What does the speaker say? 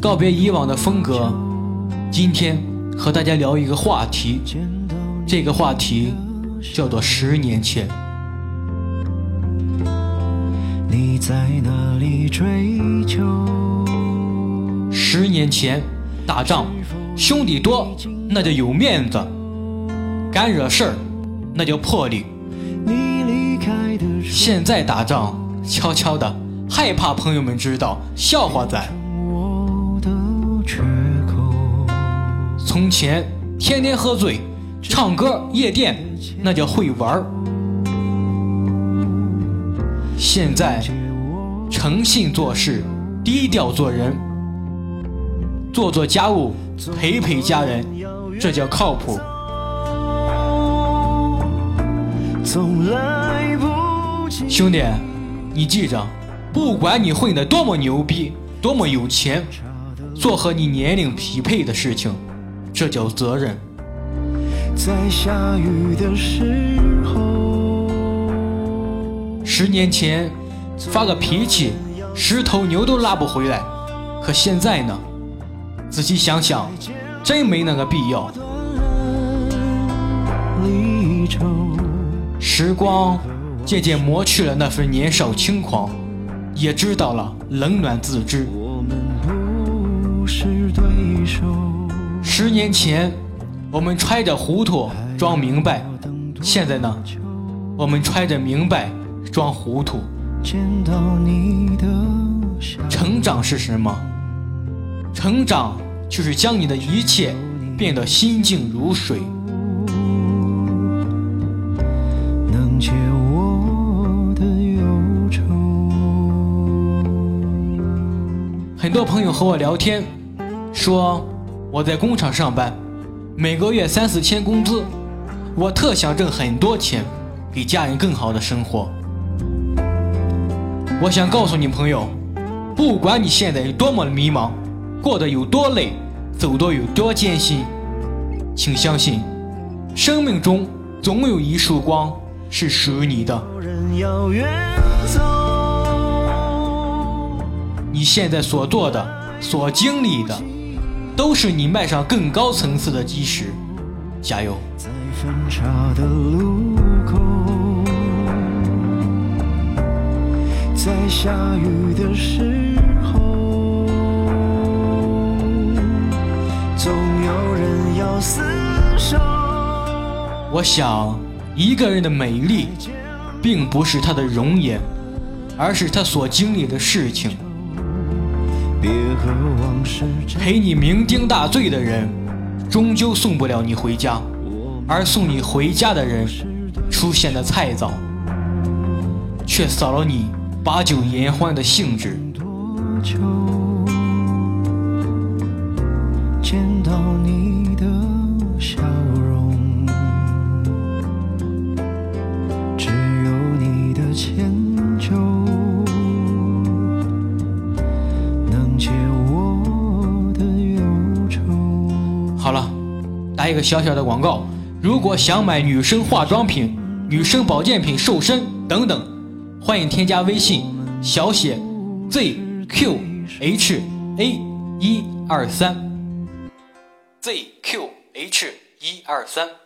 告别以往的风格，今天和大家聊一个话题，这个话题叫做10年前。 你在哪里追求 ？10年前打仗，兄弟多那就有面子，敢惹事儿那叫魄力。现在打仗悄悄的，害怕朋友们知道，笑话咱。从前天天喝醉，唱歌夜店那叫会玩。现在诚信做事，低调做人，做家务，陪家人，这叫靠谱。兄弟，你记着，不管你混得多么牛逼，多么有钱，做和你年龄匹配的事情，这叫责任。 在下雨的时候 ，10年前发个脾气10头牛都拉不回来，可现在呢，仔细想想，真没那个必要。时光渐渐磨去了那份年少轻狂，也知道了冷暖自知。10年前我们揣着糊涂装明白，现在呢，我们揣着明白装糊涂。成长是什么？成长就是将你的一切变得心静如水。 能解我的忧愁。 很多朋友和我聊天，说我在工厂上班，每个月3、4千工资，我特想挣很多钱，给家人更好的生活。我想告诉你朋友，不管你现在有多么迷茫，过得有多累，走得有多艰辛，请相信，生命中总有一束光是属于你的。你现在所做的，所经历的，都是你迈上更高层次的基石。加油！ 在分岔的路口，在下雨的时候，总有人要厮守。 我想，一个人的美丽并不是他的容颜，而是他所经历的事情。陪你酩酊大醉的人，终究送不了你回家，而送你回家的人出现的太早，却扫了你把酒言欢的兴致。 见到你的笑容，只有你的迁就能解我的忧愁。 好了，打一个小小的广告，如果想买女生化妆品、女生保健品、瘦身等等，欢迎添加微信小写 ZQHA123 ZQH123。